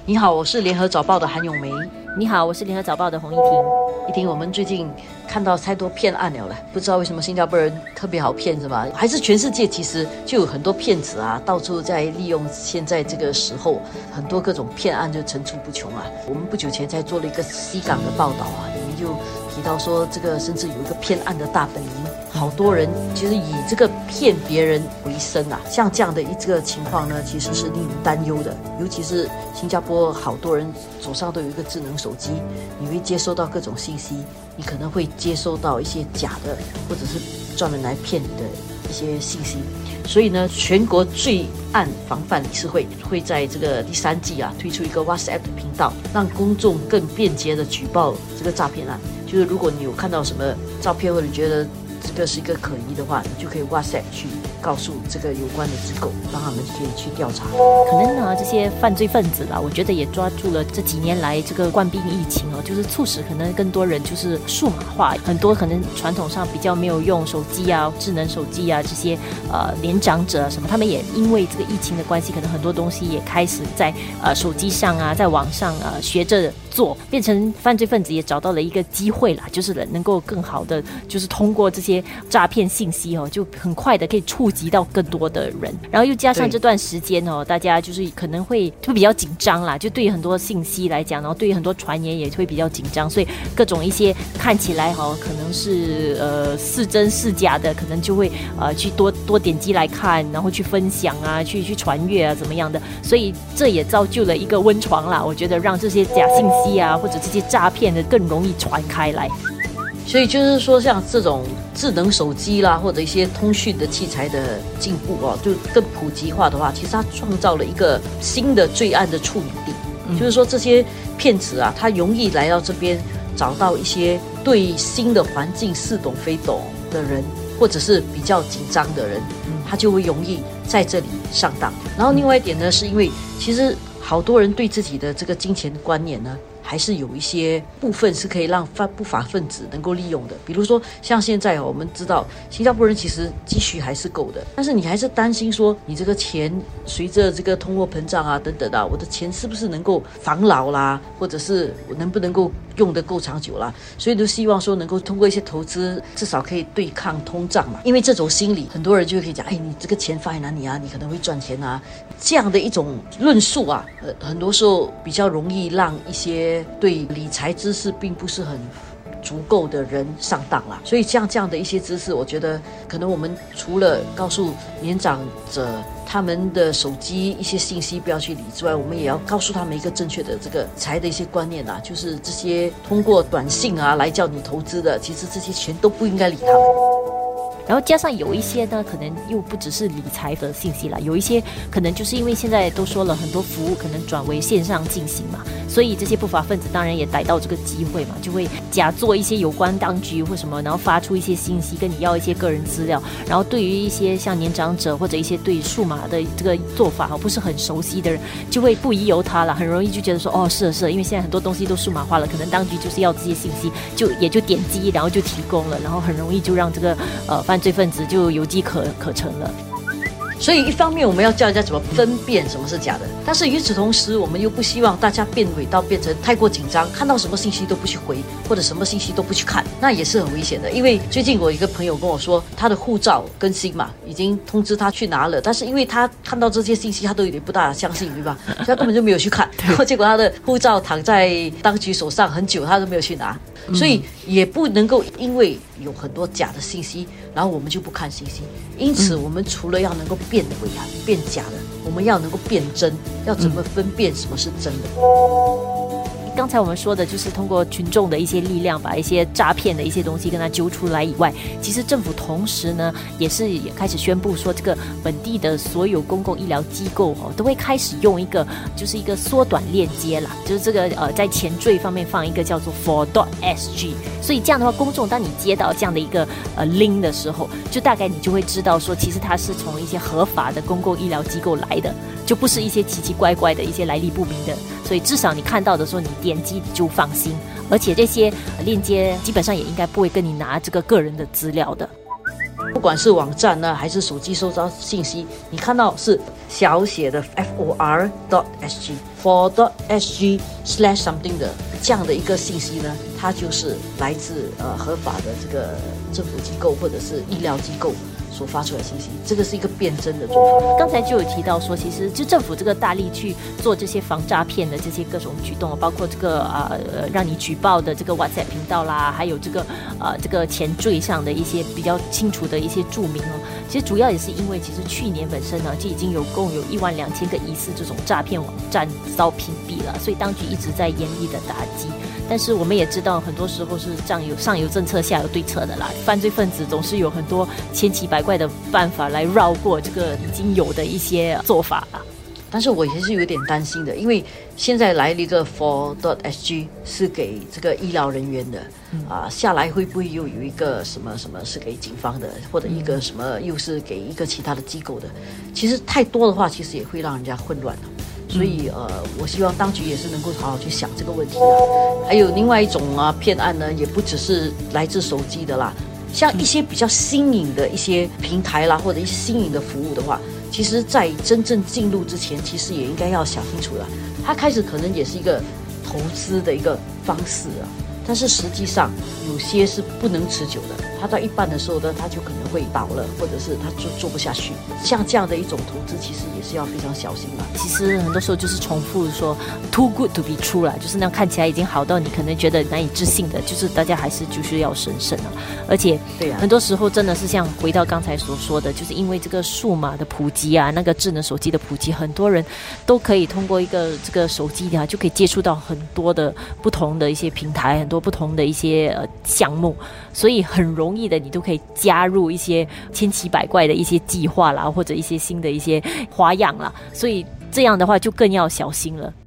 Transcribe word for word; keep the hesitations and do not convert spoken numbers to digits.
你好，我是联合早报的韩咏梅。 你好，我是联合早报的洪一婷。 一婷，我们最近看到太多骗案了了，不知道为什么新加坡人特别好骗是吗？还是全世界其实就有很多骗子啊，到处在利用现在这个时候，很多各种骗案就层出不穷啊。我们不久前才做了一个西港的报道啊，里面就提到说，这个甚至有一个骗案的大本营，好多人其实以这个骗别人为生啊。像这样的一个情况呢，其实是令人担忧的。尤其是新加坡好多人手上都有一个智能手机，你会接收到各种信息，你可能会接收到一些假的，或者是专门来骗你的一些信息。所以呢，全国罪案防范理事会会在这个第三季啊推出一个 WhatsApp 的频道，让公众更便捷的举报这个诈骗案。就是如果你有看到什么照片，或者觉得这个是一个可疑的话，你就可以 WhatsApp 去告诉这个有关的机构，让他们可以去调查。 可能呢，这些犯罪分子啦，我觉得也抓住了这几年来这个冠病疫情哦，就是促使可能更多人就是数码化，很多可能传统上比较没有用手机啊、智能手机啊这些呃年长者什么，他们也因为这个疫情的关系，可能很多东西也开始在呃手机上啊，在网上啊学着做，变成犯罪分子也找到了一个机会啦，就是能够更好的就是通过这些诈骗信息哦，就很快的可以触及到更多的人，然后又加上这段时间哦，大家就是可能会会比较紧张啦，就对于很多信息来讲，然后对于很多传言也会比较紧张，所以各种一些看起来哈、哦、可能是呃是真是假的，可能就会呃去多多点击来看，然后去分享啊，去去传阅啊怎么样的，所以这也造就了一个温床啦，我觉得让这些假信息啊或者这些诈骗的更容易传开来。 所以就是说，像这种智能手机啦，或者一些通讯的器材的进步哦，就更普及化的话，其实它创造了一个新的罪案的处理地。嗯、就是说，这些骗子啊，他容易来到这边，找到一些对新的环境似懂非懂的人，或者是比较紧张的人，他就会容易在这里上当。然后另外一点呢，是因为其实好多人对自己的这个金钱观念呢，还是有一些部分是可以让不法分子能够利用的。比如说像现在、哦、我们知道新加坡人其实积蓄还是够的，但是你还是担心说你这个钱随着这个通货膨胀啊等等啊，我的钱是不是能够防老啦，或者是我能不能够用得够长久啦，所以都希望说能够通过一些投资，至少可以对抗通胀嘛。因为这种心理，很多人就可以讲，哎，你这个钱放在哪里啊？你可能会赚钱啊。这样的一种论述啊，呃，很多时候比较容易让一些对理财知识并不是很足够的人上当啦。所以像这样的一些知识，我觉得可能我们除了告诉年长者他们的手机一些信息不要去理之外，我们也要告诉他们一个正确的这个财的一些观念啊，就是这些通过短信啊来叫你投资的，其实这些钱都不应该理他们。 然后加上有一些呢，可能又不只是理财的信息啦，有一些可能就是因为现在都说了很多服务可能转为线上进行嘛，所以这些不法分子当然也逮到这个机会嘛，就会假做一些有关当局或什么，然后发出一些信息跟你要一些个人资料，然后对于一些像年长者或者一些对数码的这个做法不是很熟悉的人，就会不疑有他了，很容易就觉得说哦是的是的，因为现在很多东西都数码化了，可能当局就是要这些信息，就也就点击然后就提供了，然后很容易就让这个呃犯罪分子就有机可可乘了。 所以一方面我们要教人家怎么分辨什么是假的，但是与此同时我们又不希望大家变伪到变成太过紧张，看到什么信息都不去回，或者什么信息都不去看，那也是很危险的。因为最近我一个朋友跟我说，他的护照更新嘛，已经通知他去拿了，但是因为他看到这些信息他都有点不大相信，对吧？所以他根本就没有去看，然后结果他的护照躺在当局手上很久，他都没有去拿，所以也不能够因为有很多假的信息，然后我们就不看信息。因此我们除了要能够辨伪啊、辨假的，我们要能够辨真，要怎么分辨什么是真的。 刚才我们说的就是通过群众的一些力量把一些诈骗的一些东西跟它揪出来以外，其实政府同时呢也是也开始宣布说，这个本地的所有公共医疗机构、哦、都会开始用一个就是一个缩短链接啦，就是这个呃在前缀方面放一个叫做 for dot s g， 所以这样的话公众当你接到这样的一个呃 link 的时候，就大概你就会知道说其实它是从一些合法的公共医疗机构来的，就不是一些奇奇怪怪的一些来历不明的，所以至少你看到的时候你点击就放心，而且这些链接基本上也应该不会跟你拿这个个人的资料的。 不管是网站呢还是手机收到信息，你看到是小写的 F O R dot S G for dot S G slash something 的这样的一个信息呢，它就是来自呃合法的这个政府机构或者是医疗机构所发出来的信息，这个是一个辩证的做法。 刚才就有提到说，其实就政府这个大力去做这些防诈骗的这些各种举动，包括这个啊呃让你举报的这个 WhatsApp 频道啦，还有这个呃这个前缀上的一些比较清楚的一些注明哦。其实主要也是因为，其实去年本身呢就已经有共有一万两千个疑似这种诈骗网站遭屏蔽了，所以当局一直在严厉的打击。但是我们也知道，很多时候是上有上有政策下有对策的啦。犯罪分子总是有很多千奇百怪的办法来绕过这个已经有的一些做法啦。 但是我也是有点担心的，因为现在来了一个 for dot S G 是给这个医疗人员的，嗯、啊，下来会不会又有一个什么什么是给警方的，或者一个什么又是给一个其他的机构的？其实太多的话，其实也会让人家混乱的。所以呃，我希望当局也是能够好好去想这个问题啦。还有另外一种啊骗案呢，也不只是来自手机的啦，像一些比较新颖的一些平台啦，或者一些新颖的服务的话，其实在真正进入之前，其实也应该要想清楚了。它开始可能也是一个投资的一个方式啊，但是实际上有些是不能持久的。它到一半的时候呢，它就可能会倒了，或者是它就做不下去。像这样的一种投资，其实也是要非常小心啦。 其实很多时候就是重复说 too good to be true 啦，就是那样看起来已经好到你可能觉得难以置信的，就是大家还是就是要审慎啊。而且很多时候真的是像回到刚才所说的，就是因为这个数码的普及啊，那个智能手机的普及，很多人都可以通过一个这个手机啊，就可以接触到很多的不同的一些平台，很多不同的一些呃项目，所以很容易的你都可以加入一些千奇百怪的一些计划啦，或者一些新的一些花样啦，所以这样的话就更要小心了。